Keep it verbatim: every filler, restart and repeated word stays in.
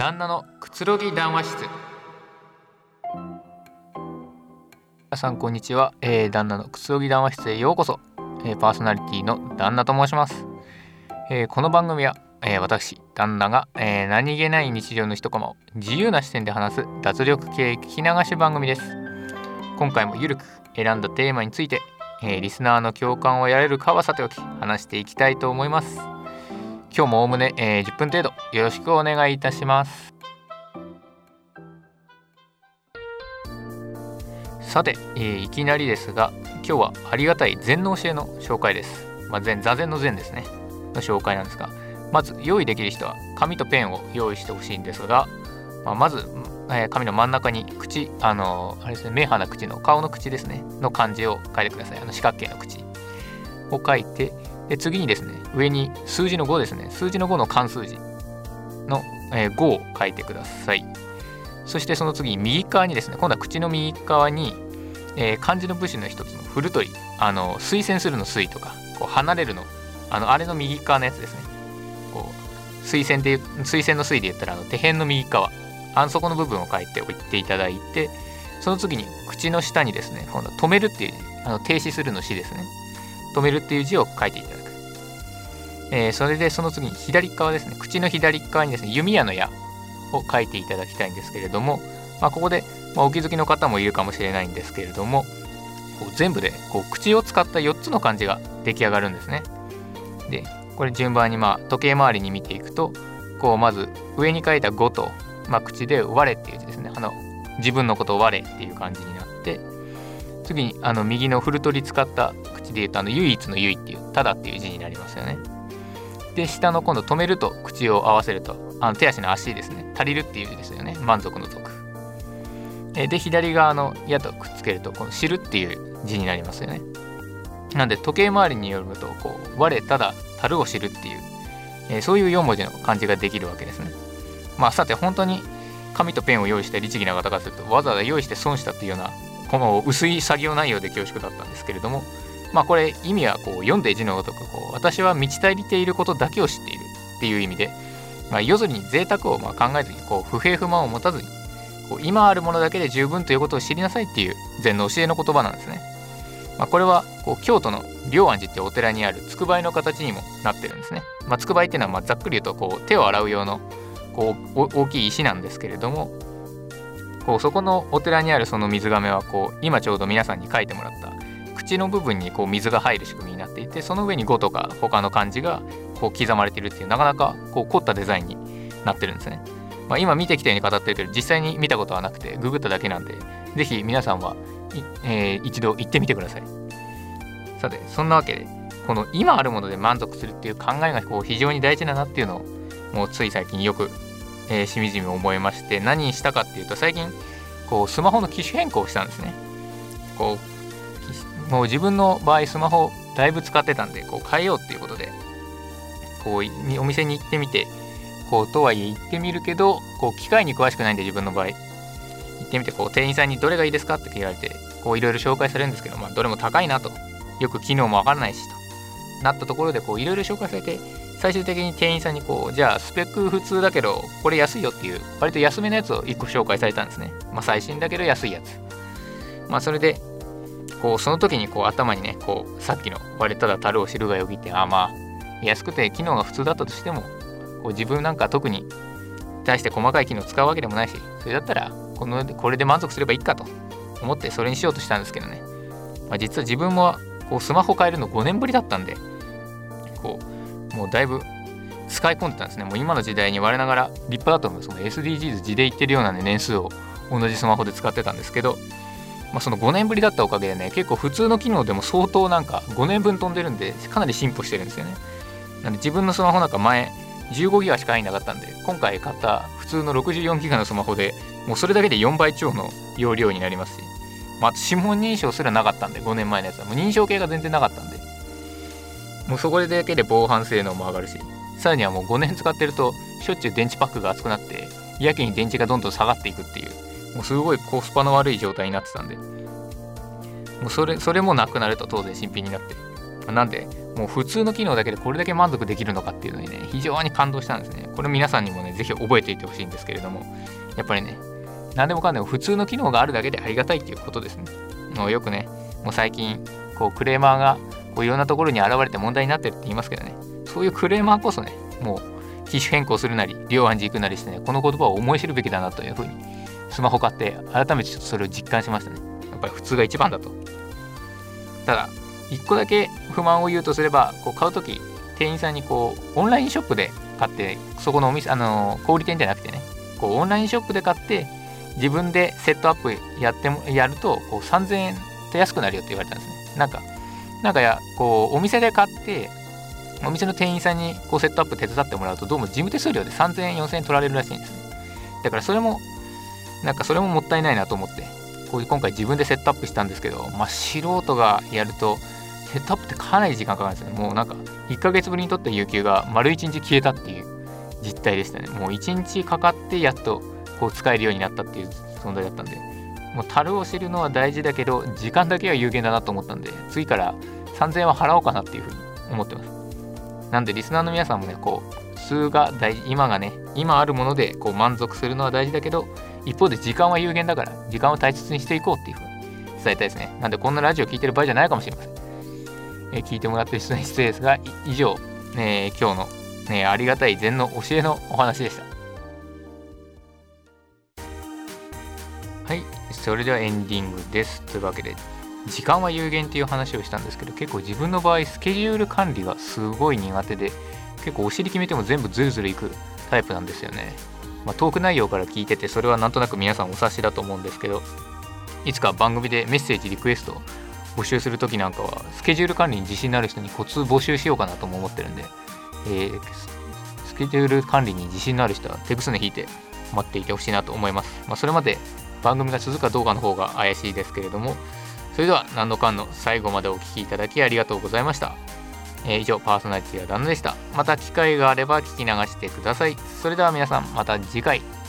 旦那のくつろぎ談話室。皆さんこんにちは、えー、旦那のくつろぎ談話室へようこそ、えー、パーソナリティの旦那と申します。えー、この番組は、えー、私旦那が、えー、何気ない日常の一コマを自由な視点で話す脱力系聞き流し番組です。今回もゆるく選んだテーマについて、えー、リスナーの共感を得られるかはさておき話していきたいと思います。今日もおおむね、えー、じゅっぷん程度よろしくお願いいたします。さて、えー、いきなりですが今日はありがたい禅の教えの紹介です。まあ、禅座禅の禅ですねの紹介なんですが、まず用意できる人は紙とペンを用意してほしいんですが、まあ、まず、えー、紙の真ん中に口、あのー、あれですね、目鼻口の顔の口ですねの漢字を書いてください。あの四角形の口を書いて、で次にですね上に数字のごですね、数字のごの漢数字の、えー、ごを書いてください。そしてその次に右側にですね、今度は口の右側に、えー、漢字の部首の一つのふるとり、あの推薦するの推とかこう離れるのあのあれの右側のやつですね。こう推薦で推薦の推で言ったらあの手辺の右側、あそこの部分を書いておいていただいて、その次に口の下にですね、今度は止めるっていうあの停止するの止ですね、止めるっていう字を書いていただく。えー、それでその次に左側ですね、口の左側にですね弓矢の矢を書いていただきたいんですけれども、まあ、ここで、まあ、お気づきの方もいるかもしれないんですけれども、こう全部でこう口を使ったよっつの漢字が出来上がるんですね。でこれ順番にまあ時計回りに見ていくと、こうまず上に書いたごと、まあ、口で我っていう字ですね、あの自分のことを我っていう感じになって、次にあの右のふるとり使った口で言うとあの唯一の唯っていうただっていう字になりますよね。で下の今度止めると口を合わせるとあの手足の足ですね、足りるっていう字ですよね、満足の足で、左側の矢とくっつけるとこの知るっていう字になりますよね。なんで時計回りによるとこう我ただ樽を知るっていう、えー、そういうよん文字の漢字ができるわけですね。まあさて本当に紙とペンを用意して律儀な方からするとわざわざ用意して損したっていうようなこの薄い作業内容で恐縮だったんですけれども、まあこれ意味はこう読んで字のごとくこう私は満ち足りていることだけを知っているっていう意味で、まあ、夜ずに贅沢をまあ考えずにこう不平不満を持たずにこう今あるものだけで十分ということを知りなさいっていう禅の教えの言葉なんですね。まあ、これはこう京都の龍安寺っていうお寺にあるつくばいの形にもなってるんですね。まあ、つくばいっていうのはまあざっくり言うとこう手を洗う用のこう大きい石なんですけれども、こうそこのお寺にあるその水亀はこう今ちょうど皆さんに書いてもらった口の部分にこう水が入る仕組みになっていて、その上にごとか他の漢字がこう刻まれているっていうなかなかこう凝ったデザインになってるんですね。まあ、今見てきたように語ってるけど実際に見たことはなくてググっただけなんで、ぜひ皆さんは、えー、一度行ってみてください。さてそんなわけでこの今あるもので満足するっていう考えがこう非常に大事だなっていうのをもうつい最近よく、えー、しみじみ思いまして、何にしたかっていうと最近こうスマホの機種変更をしたんですね。こうもう自分の場合スマホだいぶ使ってたんでこう変えようっていうことでこうお店に行ってみて、こうとはいえ行ってみるけどこう機械に詳しくないんで自分の場合行ってみてこう店員さんにどれがいいですかって聞かれてこういろいろ紹介されるんですけど、まあ、どれも高いなと、よく機能もわからないしとなったところでこういろいろ紹介されて、最終的に店員さんにこうじゃあスペック普通だけどこれ安いよっていう割と安めのやつをいっこ紹介されたんですね。まあ、最新だけど安いやつ。まあそれでこうその時にこう頭にねこうさっきの割れただ樽を知るがよぎって、あまあ安くて機能が普通だったとしてもこう自分なんか特に対して細かい機能を使うわけでもないし、それだったらこのこれで満足すればいいかと思ってそれにしようとしたんですけどね、まあ、実は自分もこうスマホ変えるのごねんぶりだったんでこうもうだいぶ使い込んでたんですね。もう今の時代に我ながら立派だと思うその エスディージーズ 字で言ってるような、ね、年数を同じスマホで使ってたんですけど、まあ、そのごねんぶりだったおかげでね結構普通の機能でも相当なんかごねんぶん飛んでるんでかなり進歩してるんですよね。なんで自分のスマホなんか前じゅうごギガしか入んなかったんで、今回買った普通のろくじゅうよんギガのスマホでもうそれだけでよんばい超の容量になりますし、まあ、指紋認証すらなかったんでごねんまえのやつはもう認証系が全然なかったんで、もうそこだけで防犯性能も上がるし、さらにはもうごねん使ってるとしょっちゅう電池パックが熱くなってやけに電池がどんどん下がっていくっていう、もうすごいコスパの悪い状態になってたんで、もうそれそれもなくなると当然新品になって、なんでもう普通の機能だけでこれだけ満足できるのかっていうのにね非常に感動したんですね。 これ皆さんにもねぜひ覚えていてほしいんですけれども、やっぱりね何でもかんでも普通の機能があるだけでありがたいっていうことですね。もうよくねもう最近こうクレーマーがこういろんなところに現れて問題になってるって言いますけどね、そういうクレーマーこそねもう機種変更するなり両暗示行くなりしてね、この言葉を思い知るべきだなというふうにスマホ買って改めてちょっとそれを実感しましたね。やっぱり普通が一番だと。ただ一個だけ不満を言うとすれば、こう買うとき店員さんにこうオンラインショップで買って、そこのお店あの小売店じゃなくてね、こうオンラインショップで買って自分でセットアップやってもやるとこうさんぜんえんと安くなるよって言われたんですね。なんかなんかやこうお店で買ってお店の店員さんにこうセットアップ手伝ってもらうと、どうも事務手数料でさんぜんえんよんせんえん取られるらしいんですね。だからそれもなんかそれももったいないなと思って、こう今回自分でセットアップしたんですけど、まあ素人がやるとセットアップってかなり時間かかるんですよね。もうなんかいっかげつぶりに取った有給が丸いちにち消えたっていう実態でしたね。もういちにちかかってやっとこう使えるようになったっていう存在だったんで、もう樽を知るのは大事だけど時間だけは有限だなと思ったんで、次からさんぜんえんは払おうかなっていうふうに思ってます。なんでリスナーの皆さんもね、こう普通が大事、今がね今あるものでこう満足するのは大事だけど、一方で時間は有限だから時間を大切にしていこうっていうふうに伝えたいですね。なんでこんなラジオ聞いてる場合じゃないかもしれません。えー、聞いてもらってる人に失礼ですが、以上、ね、今日の、ね、ありがたい禅の教えのお話でした。はい、それではエンディングです。というわけで時間は有限っていう話をしたんですけど、結構自分の場合スケジュール管理がすごい苦手で、結構お尻決めても全部ズルズルいくタイプなんですよね。まあ、トーク内容から聞いててそれはなんとなく皆さんお察しだと思うんですけど、いつか番組でメッセージリクエストを募集するときなんかはスケジュール管理に自信のある人にコツ募集しようかなとも思ってるんで、えー、スケジュール管理に自信のある人は手ぐすね引いて待っていてほしいなと思います。まあ、それまで番組が続くかどうかの方が怪しいですけれども、それでは何のかんの最後までお聞きいただきありがとうございました。えー、以上パーソナリティは旦那でした。また機会があれば聞き流してください。それでは皆さんまた次回。